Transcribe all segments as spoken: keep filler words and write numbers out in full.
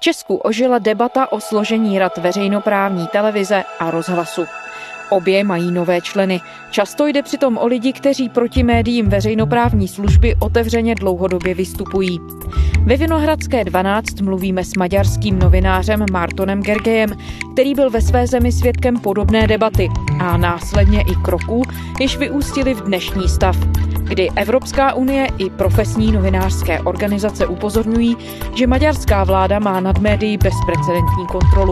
Česku ožila debata o složení rad veřejnoprávní televize a rozhlasu. Obě mají nové členy. Často jde přitom o lidi, kteří proti médiím veřejnoprávní služby otevřeně dlouhodobě vystupují. Ve Vinohradské dvanáct mluvíme s maďarským novinářem Mártonem Gergelyem, který byl ve své zemi svědkem podobné debaty a následně i kroků, jež vyústily v dnešní stav, kdy Evropská unie i profesní novinářské organizace upozorňují, že maďarská vláda má nad médií bezprecedentní kontrolu.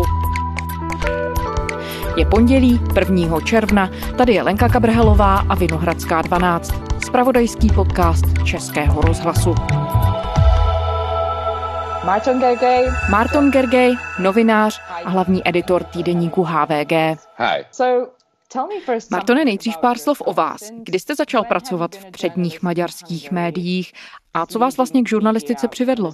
Je pondělí prvního června, tady je Lenka Kabrhelová a Vinohradská dvanáct, zpravodajský podcast Českého rozhlasu. Márton Gergely. Márton Gergely, novinář a hlavní editor týdeníku H V G. Hi. So, Mártone, nejdřív pár slov o vás. Kdy jste začal pracovat v předních maďarských médiích a co vás vlastně k žurnalistice přivedlo?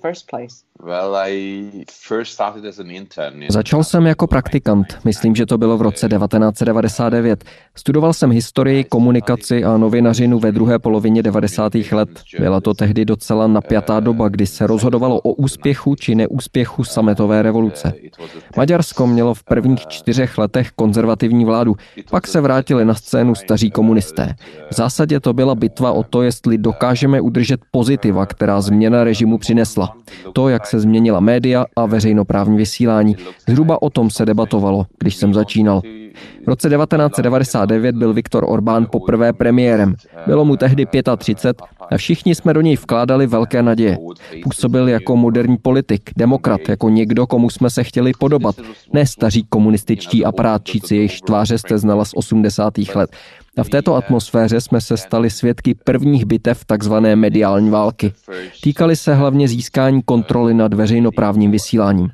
Začal jsem jako praktikant, myslím, že to bylo v roce devatenáct set devadesát devět. Studoval jsem historii, komunikaci a novinařinu ve druhé polovině devadesátých let. Byla to tehdy docela napjatá doba, kdy se rozhodovalo o úspěchu či neúspěchu sametové revoluce. Maďarsko mělo v prvních čtyřech letech konzervativní vládu, pak se vrátili na scénu staří komunisté. V zásadě to byla bitva o to, jestli dokážeme udržet pozitiva, která změna režimu přinesla. To, jak se změnila média a veřejnoprávní vysílání. Zhruba o tom se debatovalo, když jsem začínal. V roce devatenáct set devadesát devět byl Viktor Orbán poprvé premiérem. Bylo mu tehdy třicet pět a všichni jsme do něj vkládali velké naděje. Působil jako moderní politik, demokrat, jako někdo, komu jsme se chtěli podobat. Ne staří komunističtí aparátčíci, jejichž tváře jste znala z osmdesátých let. A v této atmosféře jsme se stali svědky prvních bitev takzvané mediální války. Týkaly se hlavně získání kontroly nad veřejnoprávním vysíláním.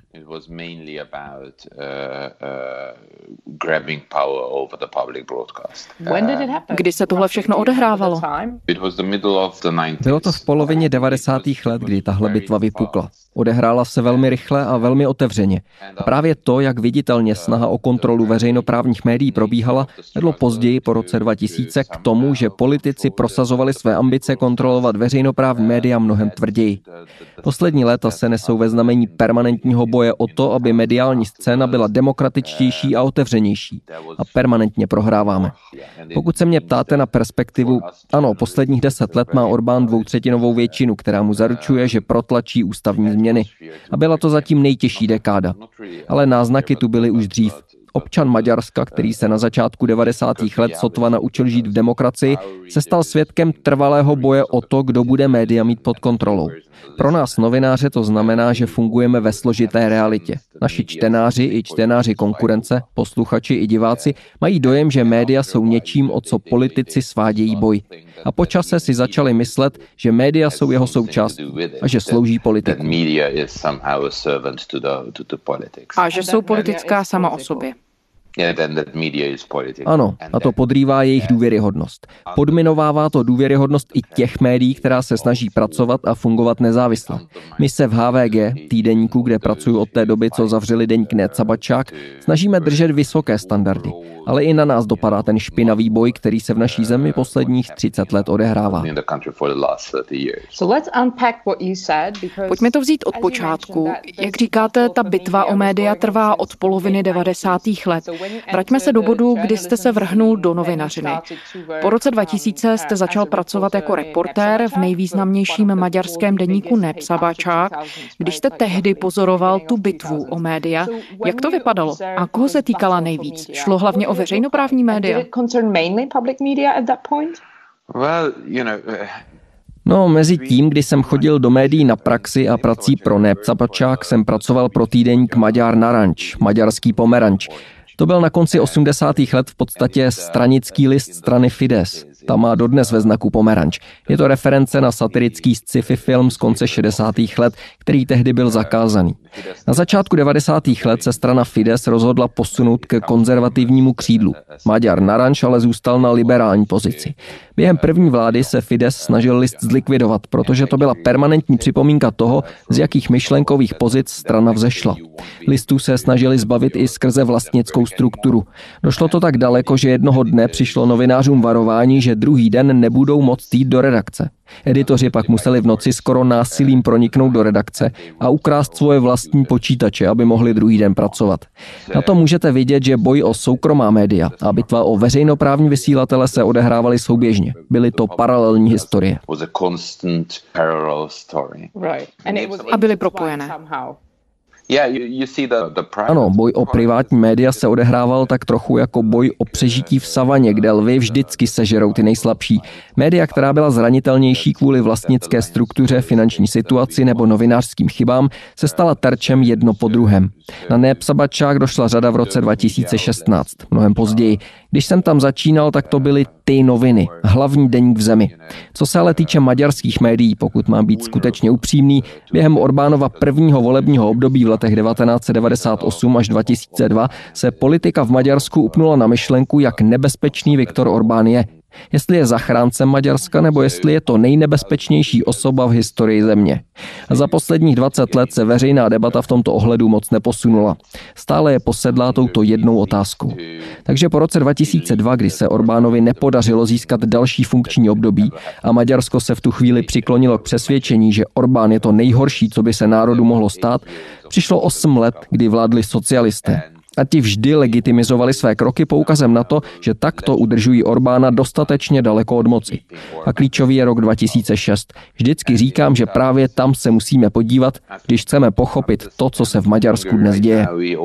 Kdy se tohle všechno odehrávalo? Bylo to v polovině devadesátých let, kdy tahle bitva vypukla. Odehrála se velmi rychle a velmi otevřeně. A právě to, jak viditelně snaha o kontrolu veřejnoprávních médií probíhala, vedlo později po roce dva tisíce k tomu, že politici prosazovali své ambice kontrolovat veřejnoprávní média mnohem tvrději. Poslední léta se nesou ve znamení permanentního boje o to, aby mediální scéna byla demokratičtější a otevřenější. A permanentně prohráváme. Pokud se mě ptáte na perspektivu, ano, posledních deset let má Orbán dvoutřetinovou většinu, která mu zaručuje, že protlačí ústavní změny. A byla to zatím nejtěžší dekáda. Ale náznaky tu byly už dřív. Občan Maďarska, který se na začátku devadesátých let sotva naučil žít v demokracii, se stal svědkem trvalého boje o to, kdo bude média mít pod kontrolou. Pro nás novináře to znamená, že fungujeme ve složité realitě. Naši čtenáři i čtenáři konkurence, posluchači i diváci mají dojem, že média jsou něčím, o co politici svádějí boj. A po čase si začali myslet, že média jsou jeho součástí a že slouží politiku. A že jsou politická sama o sobě. Ano, a to podrývá jejich důvěryhodnost. Podminovává to důvěryhodnost i těch médií, která se snaží pracovat a fungovat nezávisle. My se v H V G, týdeníku, kde pracuji od té doby, co zavřeli deník Net Szabadság, snažíme držet vysoké standardy. Ale i na nás dopadá ten špinavý boj, který se v naší zemi posledních třicet let odehrává. Pojďme to vzít od počátku. Jak říkáte, ta bitva o média trvá od poloviny devadesátých let. Vraťme se do bodu, kdy jste se vrhnul do novinařiny. Po roce dva tisíce jste začal pracovat jako reportér v nejvýznamnějším maďarském deníku Net Szabadság. Když jste tehdy pozoroval tu bitvu o média, jak to vypadalo? A koho se týkala nejvíc? Šlo hlavně o veřejnoprávní média? No, mezi tím, kdy jsem chodil do médií na praxi a prací pro Net Szabadság, jsem pracoval pro týdeník Magyar Narancs, maďarský pomeranč. To byl na konci osmdesátých let v podstatě stranický list strany Fidesz. Ta má dodnes ve znaku pomeranč. Je to reference na satirický sci-fi film z konce šedesátých let, který tehdy byl zakázaný. Na začátku devadesátých let se strana Fidesz rozhodla posunout ke konzervativnímu křídlu. Magyar Narancs ale zůstal na liberální pozici. Během první vlády se Fidesz snažil list zlikvidovat, protože to byla permanentní připomínka toho, z jakých myšlenkových pozic strana vzešla. Listů se snažili zbavit i skrze vlastnickou strukturu. Došlo to tak daleko, že jednoho dne přišlo novinářům varování, že že druhý den nebudou moct jít do redakce. Editoři pak museli v noci skoro násilím proniknout do redakce a ukrást svoje vlastní počítače, aby mohli druhý den pracovat. Na to můžete vidět, že boj o soukromá média a bitva o veřejnoprávní vysílatele se odehrávaly souběžně. Byly to paralelní historie. A byly propojené. Ano, boj o privátní média se odehrával tak trochu jako boj o přežití v savaně, kde lvy vždycky sežerou ty nejslabší. Média, která byla zranitelnější kvůli vlastnické struktuře, finanční situaci nebo novinářským chybám, se stala terčem jedno po druhém. Na Neb Szabadság došla řada v roce dva tisíce šestnáct, mnohem později. Když jsem tam začínal, tak to byly ty noviny, hlavní deník v zemi. Co se ale týče maďarských médií, pokud mám být skutečně upřímný, během Orbánova prvního volebního období v letech devatenáct set devadesát osm až dva tisíce dva se politika v Maďarsku upnula na myšlenku, jak nebezpečný Viktor Orbán je. Jestli je zachráncem Maďarska, nebo jestli je to nejnebezpečnější osoba v historii země. A za posledních dvacet let se veřejná debata v tomto ohledu moc neposunula. Stále je posedlá touto jednou otázkou. Takže po roce dva tisíce dva, kdy se Orbánovi nepodařilo získat další funkční období a Maďarsko se v tu chvíli přiklonilo k přesvědčení, že Orbán je to nejhorší, co by se národu mohlo stát, přišlo osm let, kdy vládli socialisté. A ti vždy legitimizovali své kroky poukazem na to, že takto udržují Orbána dostatečně daleko od moci. A klíčový je rok dva tisíce šest. Vždycky říkám, že právě tam se musíme podívat, když chceme pochopit to, co se v Maďarsku dnes děje.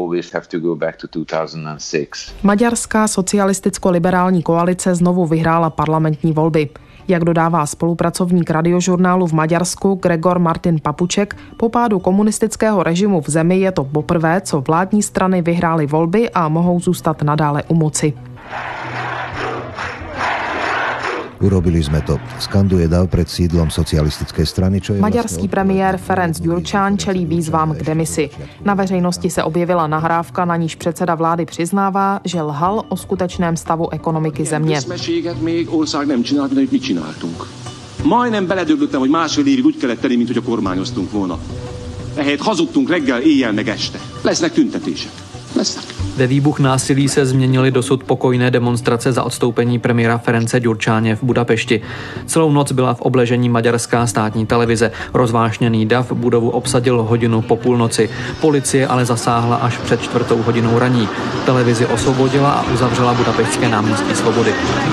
Maďarská socialisticko-liberální koalice znovu vyhrála parlamentní volby. Jak dodává spolupracovník radiožurnálu v Maďarsku Gregor Martin Papuček, po pádu komunistického režimu v zemi je to poprvé, co vládní strany vyhrály volby a mohou zůstat nadále u moci. Urobili sme to. Skanduje dav pred sídlom socialistické strany, čo je Maďarský premiér Ferenc Gyurcsány čelí výzvám k demisi. Na veřejnosti se objevila nahrávka, na níž předseda vlády přiznává, že lhal o skutečném stavu ekonomiky země. Majdnem beledöglöttem, hogy másfél évig úgy kellett tenni, mint hogy a kormányoztunk volna. Ehelyett hazudtunk reggel, éjjel meg este. Lesznek tüntetések. Lesznek. Ve výbuch násilí se změnily dosud pokojné demonstrace za odstoupení premiéra Ference Gyurcsáně v Budapešti. Celou noc byla v obležení maďarská státní televize. Rozvášněný dav budovu obsadil hodinu po půlnoci. Policie ale zasáhla až před čtvrtou hodinou raní. Televizi osvobodila a uzavřela Budapešťské náměstí Svobody.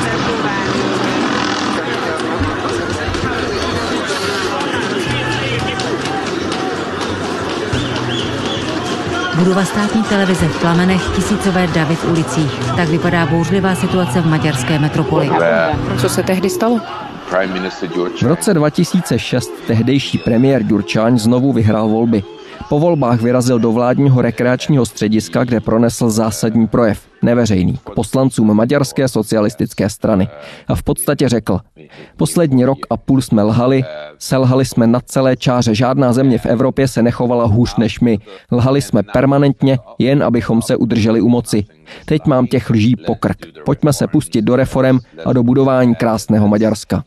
Budova státní televize v plamenech, tisícové davy v ulicích. Tak vypadá bouřlivá situace v maďarské metropoli. Co se tehdy stalo? V roce dva tisíce šest tehdejší premiér Gyurcsány znovu vyhrál volby. Po volbách vyrazil do vládního rekreačního střediska, kde pronesl zásadní projev, neveřejný, k poslancům Maďarské socialistické strany. A v podstatě řekl: poslední rok a půl jsme lhali, selhali jsme na celé čáře, žádná země v Evropě se nechovala hůř než my. Lhali jsme permanentně, jen abychom se udrželi u moci. Teď mám těch lží po krk. Pojďme se pustit do reforem a do budování krásného Maďarska.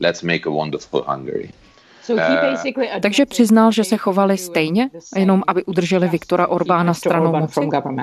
Takže přiznal, že se chovali stejně, jenom aby udrželi Viktora Orbána stranou moci?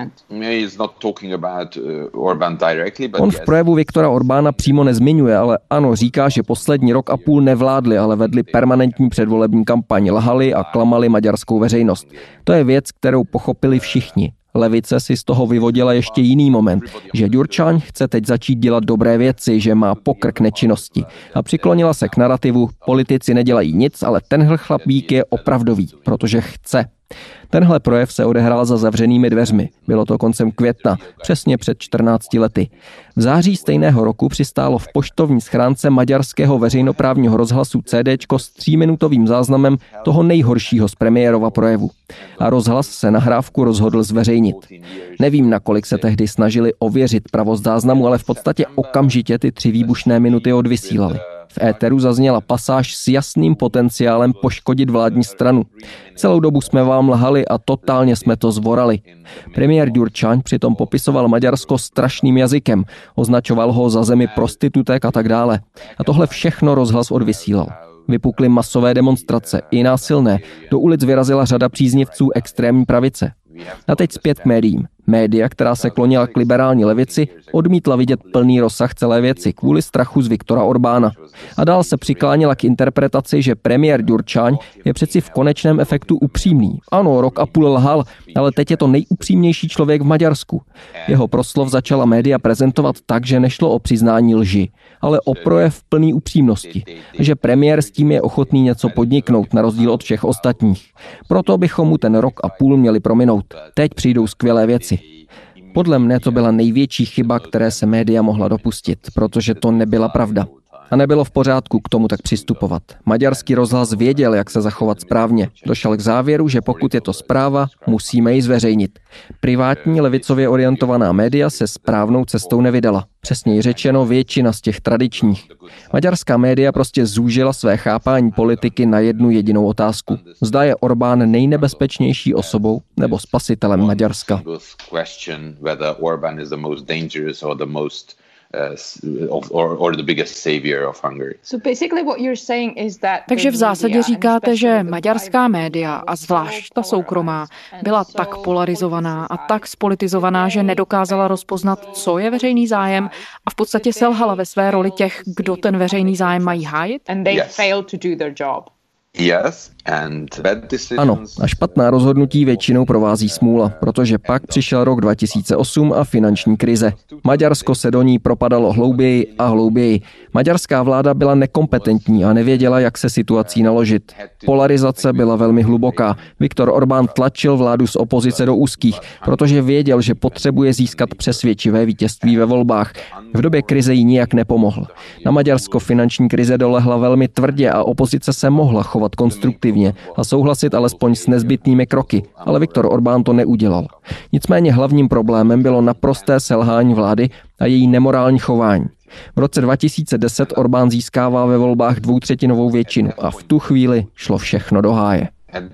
On v projevu Viktora Orbána přímo nezmiňuje, ale ano, říká, že poslední rok a půl nevládli, ale vedli permanentní předvolební kampaň, lhali a klamali maďarskou veřejnost. To je věc, kterou pochopili všichni. Levice si z toho vyvodila ještě jiný moment, že Gyurcsány chce teď začít dělat dobré věci, že má pokrk nečinnosti. A přiklonila se k narrativu: politici nedělají nic, ale tenhle chlapík je opravdový, protože chce. Tenhle projev se odehrál za zavřenými dveřmi. Bylo to koncem května, přesně před čtrnácti lety. V září stejného roku přistálo v poštovní schránce maďarského veřejnoprávního rozhlasu CDčko s tříminutovým záznamem toho nejhoršího z premiérova projevu. A rozhlas se nahrávku rozhodl zveřejnit. Nevím, nakolik se tehdy snažili ověřit pravost záznamu, ale v podstatě okamžitě ty tři výbušné minuty odvysílali. V éteru zazněla pasáž s jasným potenciálem poškodit vládní stranu. Celou dobu jsme vám lhali a totálně jsme to zvorali. Premiér Gyurcsány přitom popisoval Maďarsko strašným jazykem, označoval ho za zemi prostitutek a tak dále. A tohle všechno rozhlas odvysílal. Vypukly masové demonstrace, i násilné. Do ulic vyrazila řada příznivců extrémní pravice. A teď zpět k médiím. Média, která se klonila k liberální levici, odmítla vidět plný rozsah celé věci kvůli strachu z Viktora Orbána. A dál se přiklánila k interpretaci, že premiér Gyurcsány je přeci v konečném efektu upřímný. Ano, rok a půl lhal, ale teď je to nejupřímnější člověk v Maďarsku. Jeho proslov začala média prezentovat tak, že nešlo o přiznání lži, ale o projev plný upřímnosti. Že premiér s tím je ochotný něco podniknout, na rozdíl od všech ostatních. Proto bychom mu ten rok a půl měli prominout. Teď přijdou skvělé věci. Podle mne to byla největší chyba, které se média mohla dopustit, protože to nebyla pravda. A nebylo v pořádku k tomu tak přistupovat. Maďarský rozhlas věděl, jak se zachovat správně. Došel k závěru, že pokud je to zpráva, musíme ji zveřejnit. Privátní levicově orientovaná média se správnou cestou nevydala. Přesněji řečeno většina z těch tradičních. Maďarská média prostě zúžila své chápání politiky na jednu jedinou otázku. Zda je Orbán nejnebezpečnější osobou nebo spasitelem Maďarska. Takže v zásadě říkáte, že maďarská média, a zvlášť ta soukromá, byla tak polarizovaná a tak spolitizovaná, že nedokázala rozpoznat, co je veřejný zájem, a v podstatě selhala ve své roli těch, kdo ten veřejný zájem mají hájit? Ano, a špatná rozhodnutí většinou provází smůla, protože pak přišel rok dva tisíce osm a finanční krize. Maďarsko se do ní propadalo hlouběji a hlouběji. Maďarská vláda byla nekompetentní a nevěděla, jak se situací naložit. Polarizace byla velmi hluboká. Viktor Orbán tlačil vládu z opozice do úzkých, protože věděl, že potřebuje získat přesvědčivé vítězství ve volbách. V době krize jí nijak nepomohl. Na Maďarsko finanční krize dolehla velmi tvrdě a opozice se mohla chovat konstruktivně a souhlasit alespoň s nezbytnými kroky, ale Viktor Orbán to neudělal. Nicméně hlavním problémem bylo naprosté selhání vlády a její nemorální chování. V roce dva tisíce deset Orbán získává ve volbách dvoutřetinovou většinu a v tu chvíli šlo všechno do háje.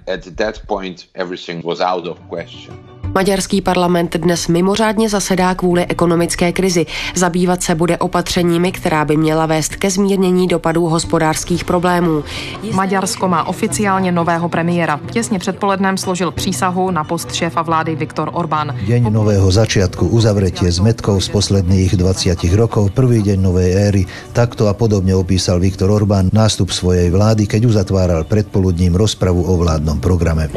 Maďarský parlament dnes mimořádně zasedá kvůli ekonomické krizi. Zabývat se bude opatřeními, která by měla vést ke zmírnění dopadů hospodářských problémů. Maďarsko má oficiálně nového premiéra. Těsně před polednem složil přísahu na post šéfa vlády Viktor Orbán. Deň nového začiatku, uzavretie zmetkov z posledných dvadsať rokov, prvý deň novej éry. Takto a podobne opísal Viktor Orbán nástup svojej vlády, keď uzatváral predpoludním rozpravu o vládnom programe.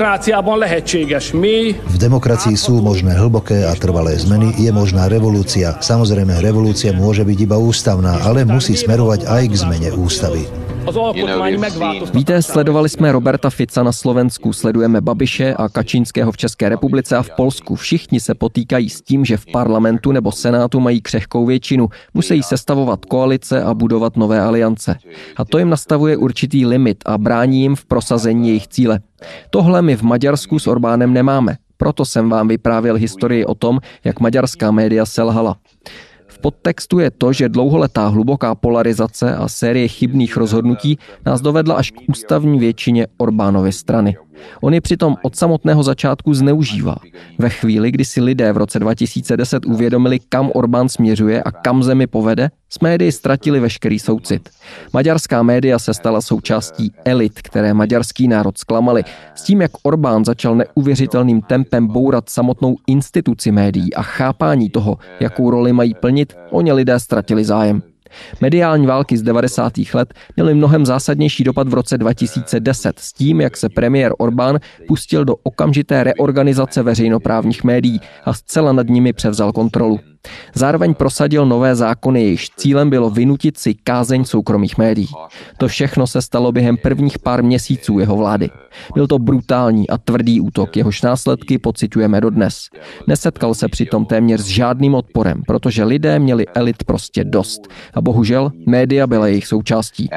V demokracii sú možné hlboké a trvalé zmeny, je možná revolúcia. Samozrejme, revolúcia môže byť iba ústavná, ale musí smerovať aj k zmene ústavy. Víte, sledovali jsme Roberta Fica na Slovensku, sledujeme Babiše a Kačínského v České republice a v Polsku. Všichni se potýkají s tím, že v parlamentu nebo senátu mají křehkou většinu, musí sestavovat koalice a budovat nové aliance. A to jim nastavuje určitý limit a brání jim v prosazení jejich cíle. Tohle my v Maďarsku s Orbánem nemáme. Proto jsem vám vyprávěl historii o tom, jak maďarská média selhala. V podtextu je to, že dlouholetá hluboká polarizace a série chybných rozhodnutí nás dovedla až k ústavní většině Orbánovy strany. On je přitom od samotného začátku zneužívá. Ve chvíli, kdy si lidé v roce dva tisíce deset uvědomili, kam Orbán směřuje a kam zemi povede, s médii ztratili veškerý soucit. Maďarská média se stala součástí elit, které maďarský národ zklamali. S tím, jak Orbán začal neuvěřitelným tempem bourat samotnou instituci médií a chápání toho, jakou roli mají plnit, o ně lidé ztratili zájem. Mediální války z devadesátých let měly mnohem zásadnější dopad v roce dva tisíce deset s tím, jak se premiér Orbán pustil do okamžité reorganizace veřejnoprávních médií a zcela nad nimi převzal kontrolu. Zároveň prosadil nové zákony, jejichž cílem bylo vynutit si kázeň soukromých médií. To všechno se stalo během prvních pár měsíců jeho vlády. Byl to brutální a tvrdý útok, jehož následky pociťujeme dodnes. Nesetkal se přitom téměř s žádným odporem, protože lidé měli elit prostě dost. A bohužel média byla jejich součástí.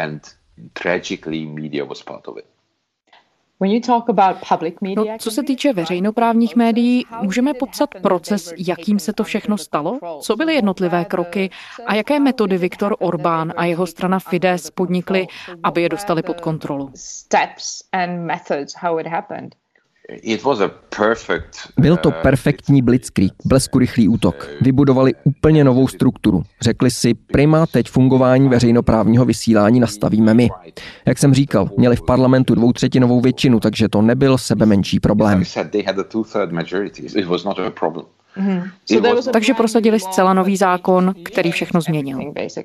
No, co se týče veřejnoprávních médií, můžeme popsat proces, jakým se to všechno stalo? Co byly jednotlivé kroky a jaké metody Viktor Orbán a jeho strana Fidesz podnikli, aby je dostali pod kontrolu? Byl to perfektní blitzkrieg, bleskurychlý útok. Vybudovali úplně novou strukturu. Řekli si, prima, teď fungování veřejnoprávního vysílání nastavíme my. Jak jsem říkal, měli v parlamentu dvoutřetinovou většinu, takže to nebyl sebemenší problém. Takže prosadili zcela nový zákon, který všechno změnil.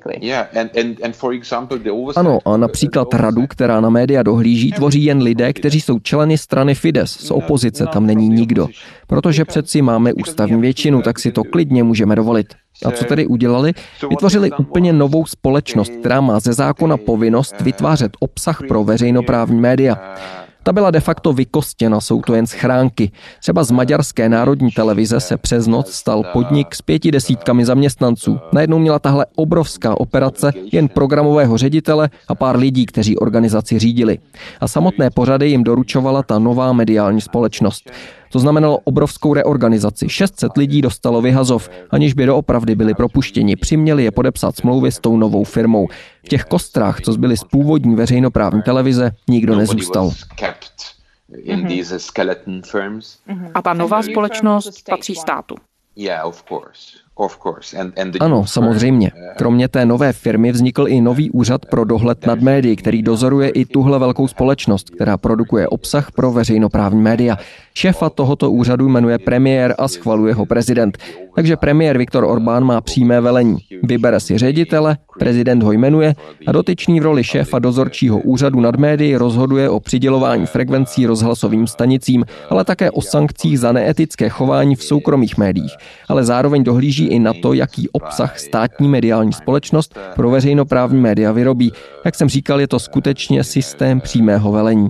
Ano, a například radu, která na média dohlíží, tvoří jen lidé, kteří jsou členy strany Fidesz. Z opozice tam není nikdo. Protože přeci máme ústavní většinu, tak si to klidně můžeme dovolit. A co tedy udělali? Vytvořili úplně novou společnost, která má ze zákona povinnost vytvářet obsah pro veřejnoprávní média. Ta byla de facto vykostěna, jsou to jen schránky. Třeba z maďarské národní televize se přes noc stal podnik s pěti desítkami zaměstnanců. Najednou měla tahle obrovská operace jen programového ředitele a pár lidí, kteří organizaci řídili. A samotné pořady jim doručovala ta nová mediální společnost. To znamenalo obrovskou reorganizaci. šest set lidí dostalo vyhazov, aniž by doopravdy byli propuštěni. Přiměli je podepsat smlouvy s tou novou firmou. V těch kostrách, co zbyly z původní veřejnoprávní televize, nikdo nezůstal. A ta nová společnost patří státu. Ano, samozřejmě. Kromě té nové firmy vznikl i nový úřad pro dohled nad médii, který dozoruje i tuhle velkou společnost, která produkuje obsah pro veřejnoprávní média. Šéfa tohoto úřadu jmenuje premiér a schvaluje ho prezident. Takže premiér Viktor Orbán má přímé velení. Vybere si ředitele, prezident ho jmenuje a dotyčný v roli šéfa dozorčího úřadu nad médii rozhoduje o přidělování frekvencí rozhlasovým stanicím, ale také o sankcích za neetické chování v soukromých médiích. Ale zároveň dohlíží i na to, jaký obsah státní mediální společnost pro veřejnoprávní média vyrobí. Jak jsem říkal, je to skutečně systém přímého velení.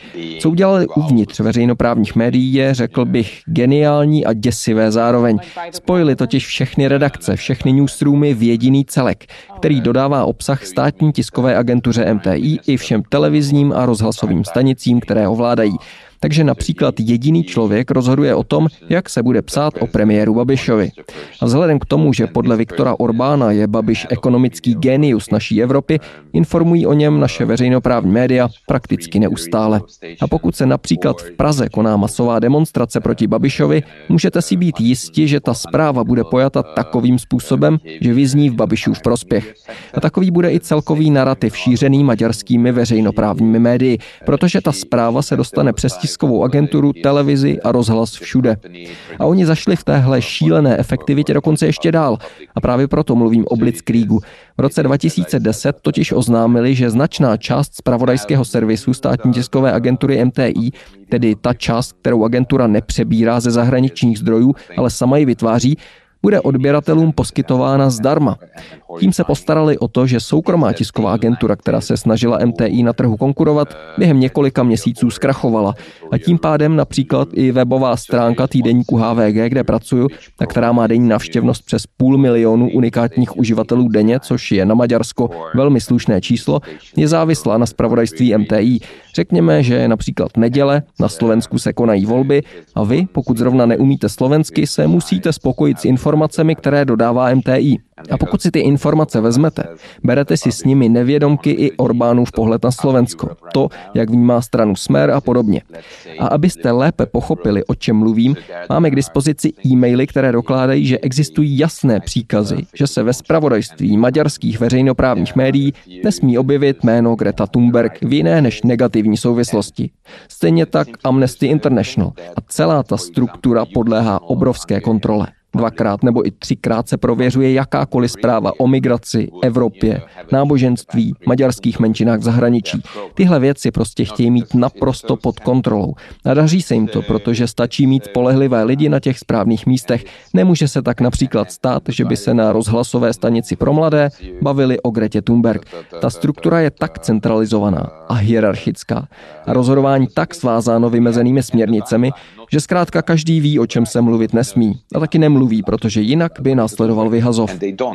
Co udělali uvnitř veřejnoprávních médií je, řekl bych, geniální a děsivé zároveň. Spojili totiž všechny redakce, všechny newsroomy v jediný celek, který dodává obsah státní tiskové agentuře M T I i všem televizním a rozhlasovým stanicím, které ovládají. Takže například jediný člověk rozhoduje o tom, jak se bude psát o premiéru Babišovi. A vzhledem k tomu, že podle Viktora Orbána je Babiš ekonomický génius naší Evropy, informují o něm naše veřejnoprávní média prakticky neustále. A pokud se například v Praze koná masová demonstrace proti Babišovi, můžete si být jisti, že ta zpráva bude pojata takovým způsobem, že vyzní v Babišův prospěch. A takový bude i celkový narativ šířený maďarskými veřejnoprávními médii, protože ta zpráva se dostane přes tiskovou agenturu, televizi a rozhlas všude. A oni zašli v téhle šílené efektivitě dokonce ještě dál. A právě proto mluvím o blitzkriegu. V roce dva tisíce deset totiž oznámili, že značná část zpravodajského servisu státní tiskové agentury M T I, tedy ta část, kterou agentura nepřebírá ze zahraničních zdrojů, ale sama ji vytváří, bude odběratelům poskytována zdarma. Tím se postarali o to, že soukromá tisková agentura, která se snažila M T I na trhu konkurovat, během několika měsíců zkrachovala. A tím pádem například i webová stránka týdeníku H V G, kde pracuju, a která má denní návštěvnost přes půl milionu unikátních uživatelů denně, což je na Maďarsko velmi slušné číslo, je závislá na zpravodajství M T I. Řekněme, že je například neděle, na Slovensku se konají volby a vy, pokud zrovna neumíte slovensky, se musíte spokojit s informacemi, které dodává M T I. A pokud si ty informace vezmete, berete si s nimi nevědomky i Orbánův pohled na Slovensko, to, jak vnímá stranu Smer a podobně. A abyste lépe pochopili, o čem mluvím, máme k dispozici e-maily, které dokládají, že existují jasné příkazy, že se ve zpravodajství maďarských veřejnoprávních médií nesmí objevit jméno Greta Thunberg v jiné než negativní souvislosti. Stejně tak Amnesty International a celá ta struktura podléhá obrovské kontrole. Dvakrát nebo i třikrát se prověřuje jakákoliv zpráva o migraci, Evropě, náboženství, maďarských menšinách v zahraničí. Tyhle věci prostě chtějí mít naprosto pod kontrolou. A daří se jim to, protože stačí mít spolehlivé lidi na těch správných místech. Nemůže se tak například stát, že by se na rozhlasové stanici pro mladé bavili o Gretě Thunberg. Ta struktura je tak centralizovaná a hierarchická a rozhodování tak svázáno vymezenými směrnicemi, že zkrátka každý ví, o čem se mluvit nesmí. A taky nemluví, protože jinak by následoval vyhazov.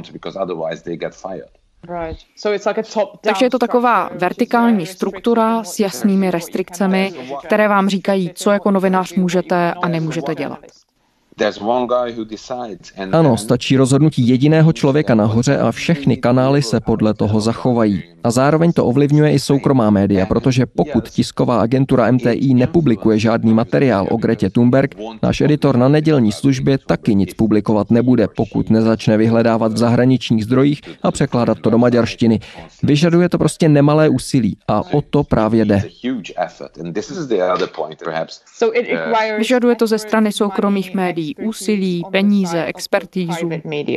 Takže je to taková vertikální struktura s jasnými restrikcemi, které vám říkají, co jako novinář můžete a nemůžete dělat. Ano, stačí rozhodnutí jediného člověka nahoře a všechny kanály se podle toho zachovají. A zároveň to ovlivňuje i soukromá média, protože pokud tisková agentura M T I nepublikuje žádný materiál o Gretě Thunberg, náš editor na nedělní službě taky nic publikovat nebude, pokud nezačne vyhledávat v zahraničních zdrojích a překládat to do maďarštiny. Vyžaduje to prostě nemalé úsilí a o to právě jde. Vyžaduje to ze strany soukromých médií úsilí, peníze, expertízu.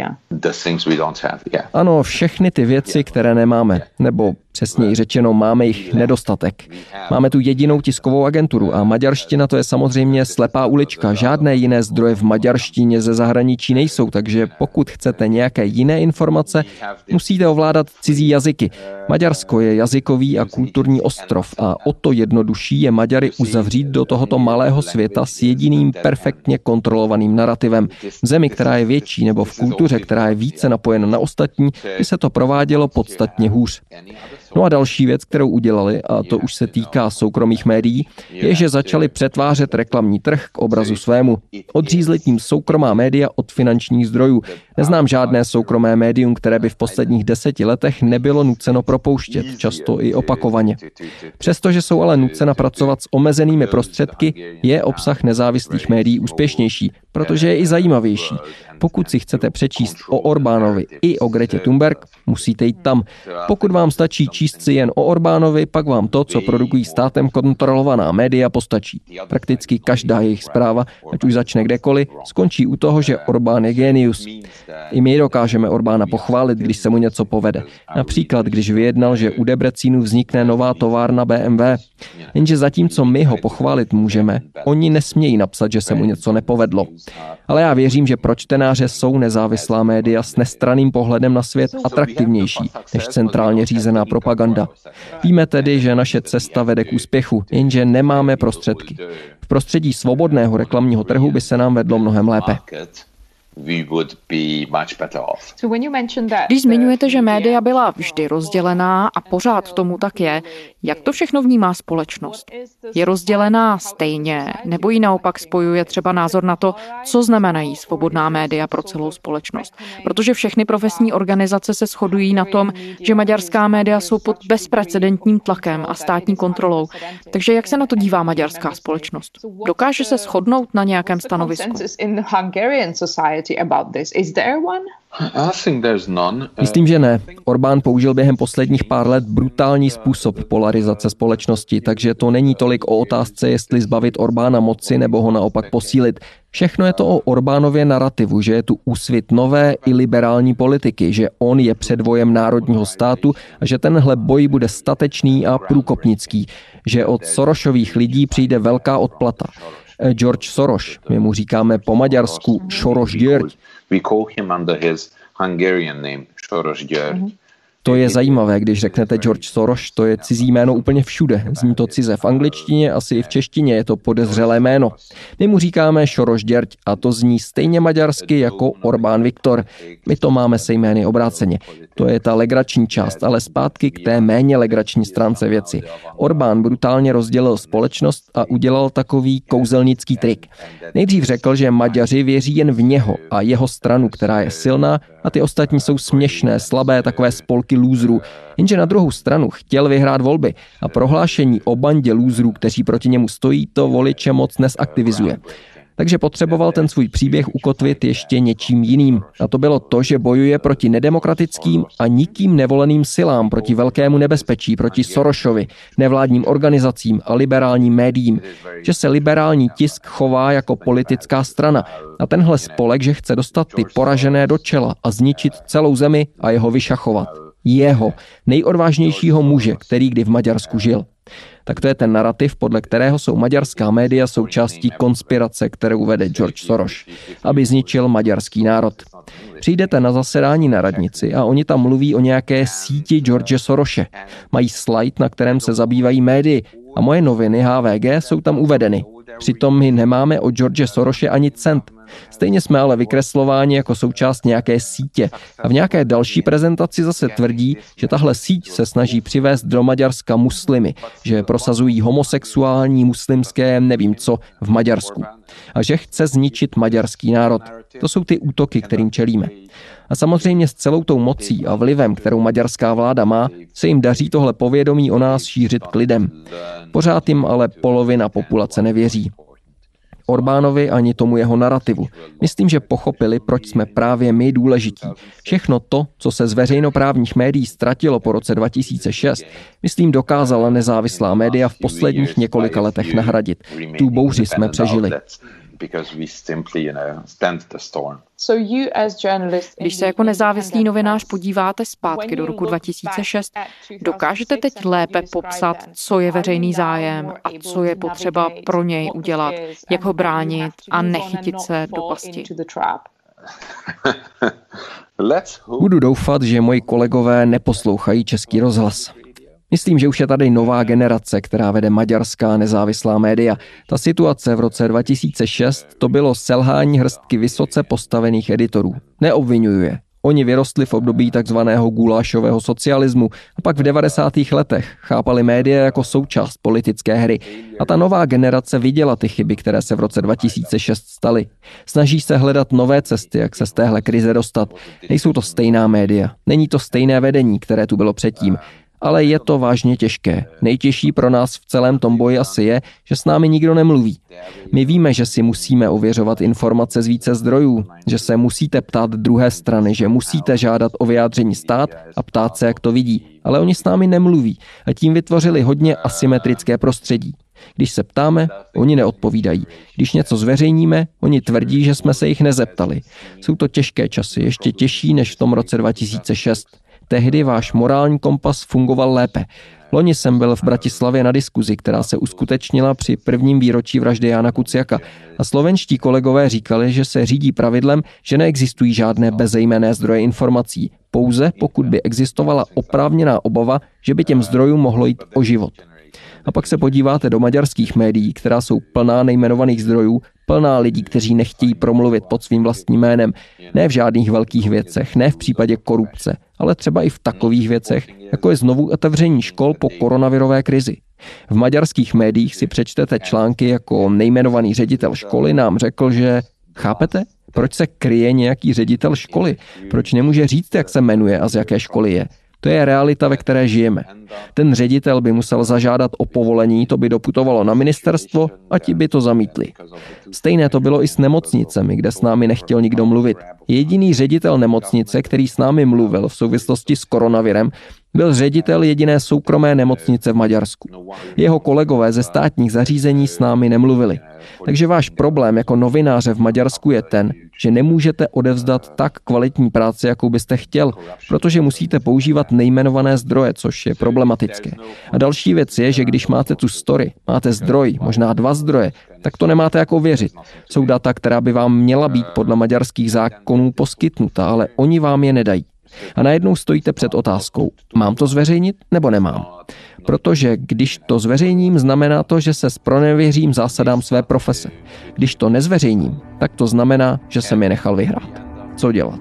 Ano, všechny ty věci, které nemáme, nebo přesněji řečeno, máme jich nedostatek. Máme tu jedinou tiskovou agenturu a maďarština to je samozřejmě slepá ulička. Žádné jiné zdroje v maďarštině ze zahraničí nejsou, takže pokud chcete nějaké jiné informace, musíte ovládat cizí jazyky. Maďarsko je jazykový a kulturní ostrov a o to jednodušší je Maďary uzavřít do tohoto malého světa s jediným perfektně kontrolovaným narrativem. V zemi, která je větší, nebo v kultuře, která je více napojena na ostatní, by se to provádělo podstatně hůř. No a další věc, kterou udělali, a to už se týká soukromých médií, je, že začali přetvářet reklamní trh k obrazu svému. Odřízli tím soukromá média od finančních zdrojů. Neznám žádné soukromé médium, které by v posledních deseti letech nebylo nuceno propouštět, často i opakovaně. Přestože jsou ale nucena pracovat s omezenými prostředky, je obsah nezávislých médií úspěšnější, protože je i zajímavější. Pokud si chcete přečíst o Orbánovi i o Gretě Thunberg, musíte jít tam. Pokud vám stačí číst si jen o Orbánovi, pak vám to, co produkují státem kontrolovaná média, postačí. Prakticky každá jejich zpráva, ať už začne kdekoliv, skončí u toho, že Orbán je génius. I my dokážeme Orbána pochválit, když se mu něco povede. Například, když vyjednal, že u Debrecínu vznikne nová továrna B M W. Jenže zatímco my ho pochválit můžeme, oni nesmějí napsat, že se mu něco nepovedlo. Ale já věřím, že pro čtenáře jsou nezávislá média s nestranným pohledem na svět atraktivnější než centrálně řízená propaganda. Víme tedy, že naše cesta vede k úspěchu, jenže nemáme prostředky. V prostředí svobodného reklamního trhu by se nám vedlo mnohem lépe. Když zmiňujete, že média byla vždy rozdělená a pořád tomu tak je, jak to všechno vnímá společnost? Je rozdělená stejně, nebo ji naopak spojuje třeba názor na to, co znamenají svobodná média pro celou společnost? Protože všechny profesní organizace se shodují na tom, že maďarská média jsou pod bezprecedentním tlakem a státní kontrolou. Takže jak se na to dívá maďarská společnost? Dokáže se shodnout na nějakém stanovisku? Myslím, že ne. Orbán použil během posledních pár let brutální způsob polarizace společnosti, takže to není tolik o otázce, jestli zbavit Orbána moci nebo ho naopak posílit. Všechno je to o Orbánově narrativu, že je tu úsvit nové i liberální politiky, že on je předvojem národního státu a že tenhle boj bude statečný a průkopnický, že od Sorosových lidí přijde velká odplata. George Soros, my mu říkáme po maďarsku Soros György. To je zajímavé, když řeknete George Soros, to je cizí jméno úplně všude. Zní to cize v angličtině, asi i v češtině je to podezřelé jméno. My mu říkáme Soros György a to zní stejně maďarsky jako Orbán Viktor. My to máme se jmény obráceně. To je ta legrační část, ale zpátky k té méně legrační stránce věci. Orbán brutálně rozdělil společnost a udělal takový kouzelnický trik. Nejdřív řekl, že Maďaři věří jen v něho a jeho stranu, která je silná, a ty ostatní jsou směšné, slabé, takové spolky lůzrů. Jenže na druhou stranu chtěl vyhrát volby a prohlášení o bandě lůzrů, kteří proti němu stojí, to voliče moc nesaktivizuje. Takže potřeboval ten svůj příběh ukotvit ještě něčím jiným. A to bylo to, že bojuje proti nedemokratickým a nikým nevoleným silám, proti velkému nebezpečí, proti Sorosovi, nevládním organizacím a liberálním médiím. Že se liberální tisk chová jako politická strana. A tenhle spolek, že chce dostat ty poražené do čela a zničit celou zemi a jeho vyšachovat. Jeho, nejodvážnějšího muže, který kdy v Maďarsku žil. Tak to je ten narrativ, podle kterého jsou maďarská média součástí konspirace, kterou vede George Soros, aby zničil maďarský národ. Přijdete na zasedání na radnici a oni tam mluví o nějaké síti George Sorose. Mají slide, na kterém se zabývají médii a moje noviny H V G jsou tam uvedeny. Přitom my nemáme o George Sorose ani cent. Stejně jsme ale vykreslováni jako součást nějaké sítě a v nějaké další prezentaci zase tvrdí, že tahle síť se snaží přivést do Maďarska muslimy, že prosazují homosexuální, muslimské, nevím co, v Maďarsku. A že chce zničit maďarský národ. To jsou ty útoky, kterým čelíme. A samozřejmě s celou tou mocí a vlivem, kterou maďarská vláda má, se jim daří tohle povědomí o nás šířit k lidem. Pořád jim ale polovina populace nevěří. Orbánovi ani tomu jeho narrativu. Myslím, že pochopili, proč jsme právě my důležití. Všechno to, co se z veřejnoprávních médií ztratilo po roce dva tisíce šest, myslím, dokázala nezávislá média v posledních několika letech nahradit. Tu bouři jsme přežili. Když se jako nezávislý novinář podíváte zpátky do roku dva tisíce šest, dokážete teď lépe popsat, co je veřejný zájem a co je potřeba pro něj udělat, jak ho bránit a nechytit se do pasti? Budu doufat, že moji kolegové neposlouchají Český rozhlas. Myslím, že už je tady nová generace, která vede maďarská nezávislá média. Ta situace v roce dva tisíce šest to bylo selhání hrstky vysoce postavených editorů. Neobviňuju je. Oni vyrostli v období takzvaného gulášového socialismu a pak v devadesátých letech chápali média jako součást politické hry. A ta nová generace viděla ty chyby, které se v roce dva tisíce šest staly. Snaží se hledat nové cesty, jak se z téhle krize dostat. Nejsou to stejná média, není to stejné vedení, které tu bylo předtím. Ale je to vážně těžké. Nejtěžší pro nás v celém tom boji asi je, že s námi nikdo nemluví. My víme, že si musíme ověřovat informace z více zdrojů, že se musíte ptát druhé strany, že musíte žádat o vyjádření stát a ptát se, jak to vidí. Ale oni s námi nemluví a tím vytvořili hodně asymetrické prostředí. Když se ptáme, oni neodpovídají. Když něco zveřejníme, oni tvrdí, že jsme se jich nezeptali. Jsou to těžké časy, ještě těžší než v tom roce dva tisíce šest. Tehdy váš morální kompas fungoval lépe. Loni jsem byl v Bratislavě na diskuzi, která se uskutečnila při prvním výročí vraždy Jána Kuciaka. A slovenští kolegové říkali, že se řídí pravidlem, že neexistují žádné bezejmenné zdroje informací. Pouze pokud by existovala oprávněná obava, že by těm zdrojům mohlo jít o život. A pak se podíváte do maďarských médií, která jsou plná nejmenovaných zdrojů, plná lidí, kteří nechtějí promluvit pod svým vlastním jménem. Ne v žádných velkých věcech, ne v případě korupce, ale třeba i v takových věcech, jako je znovu otevření škol po koronavirové krizi. V maďarských médiích si přečtete články jako nejmenovaný ředitel školy nám řekl, že chápete? Proč se kryje nějaký ředitel školy? Proč nemůže říct, jak se jmenuje a z jaké školy je? To je realita, ve které žijeme. Ten ředitel by musel zažádat o povolení, to by doputovalo na ministerstvo a ti by to zamítli. Stejné to bylo i s nemocnicemi, kde s námi nechtěl nikdo mluvit. Jediný ředitel nemocnice, který s námi mluvil v souvislosti s koronavirem, byl ředitel jediné soukromé nemocnice v Maďarsku. Jeho kolegové ze státních zařízení s námi nemluvili. Takže váš problém jako novináře v Maďarsku je ten, že nemůžete odevzdat tak kvalitní práci, jakou byste chtěl, protože musíte používat nejmenované zdroje, což je problematické. A další věc je, že když máte tu story, máte zdroj, možná dva zdroje, tak to nemáte jak ověřit. Jsou data, která by vám měla být podle maďarských zákonů poskytnuta, ale oni vám je nedají. A najednou stojíte před otázkou, mám to zveřejnit nebo nemám? Protože když to zveřejním, znamená to, že se zpronevěřím zásadám své profese. Když to nezveřejním, tak to znamená, že jsem je nechal vyhrát. Co dělat?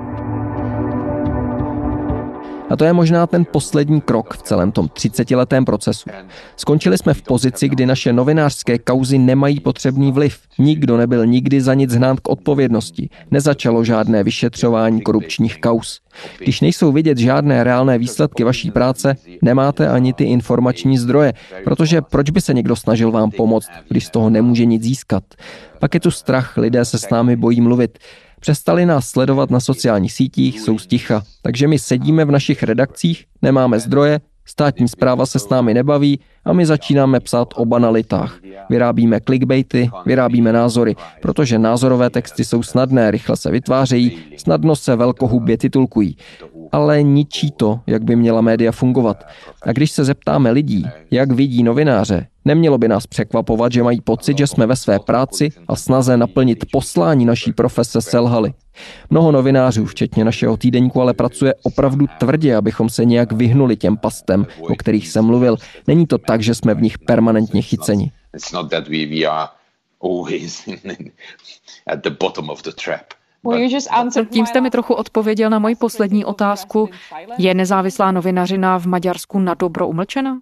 A to je možná ten poslední krok v celém tom třicetiletém procesu. Skončili jsme v pozici, kdy naše novinářské kauzy nemají potřebný vliv. Nikdo nebyl nikdy za nic hnán k odpovědnosti. Nezačalo žádné vyšetřování korupčních kauz. Když nejsou vidět žádné reálné výsledky vaší práce, nemáte ani ty informační zdroje, protože proč by se někdo snažil vám pomoct, když z toho nemůže nic získat? Pak je tu strach, lidé se s námi bojí mluvit. Přestali nás sledovat na sociálních sítích, jsou sticha. Takže my sedíme v našich redakcích, nemáme zdroje, státní správa se s námi nebaví a my začínáme psát o banalitách. Vyrábíme clickbaity, vyrábíme názory, protože názorové texty jsou snadné, rychle se vytvářejí, snadno se velkohubě titulkují. Ale ničí to, jak by měla média fungovat. A když se zeptáme lidí, jak vidí novináře, nemělo by nás překvapovat, že mají pocit, že jsme ve své práci a snaze naplnit poslání naší profese selhali. Mnoho novinářů, včetně našeho týdeníku, ale pracuje opravdu tvrdě, abychom se nějak vyhnuli těm pastem, o kterých jsem mluvil. Není to tak, že jsme v nich permanentně chyceni. always in, at the bottom of the trap. Tím jste mi trochu odpověděl na moji poslední otázku. Je nezávislá novinařina v Maďarsku na dobro umlčena?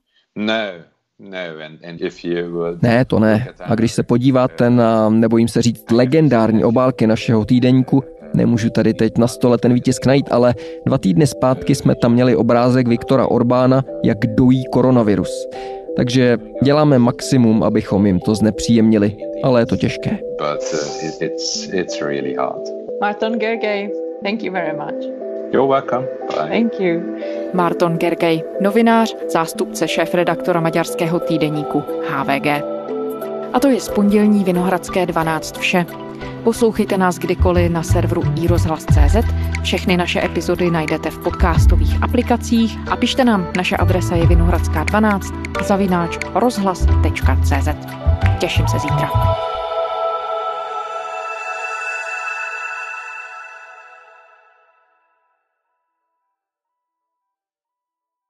Ne, to ne. A když se podíváte na, nebojím se říct, legendární obálky našeho týdeníku, nemůžu tady teď na stole ten výtisk najít, ale dva týdny zpátky jsme tam měli obrázek Viktora Orbána, jak dojí koronavirus. Takže děláme maximum, abychom jim to znepříjemnili, ale je to těžké. But uh, it's, it's really hard. Marton Gergely, thank you very much. You're welcome. Bye. Thank you. Marton Gergely, novinář, zástupce šéfredaktora maďarského týdeníku H V G. A to je z pondělní Vinohradské dvanáct vše. Poslouchejte nás kdykoliv na serveru i rozhlas tečka cé zet. Všechny naše epizody najdete v podcastových aplikacích a pište nám, naše adresa je vinohradská dvanáct zavináč rozhlas tečka cé zet. Těším se zítra.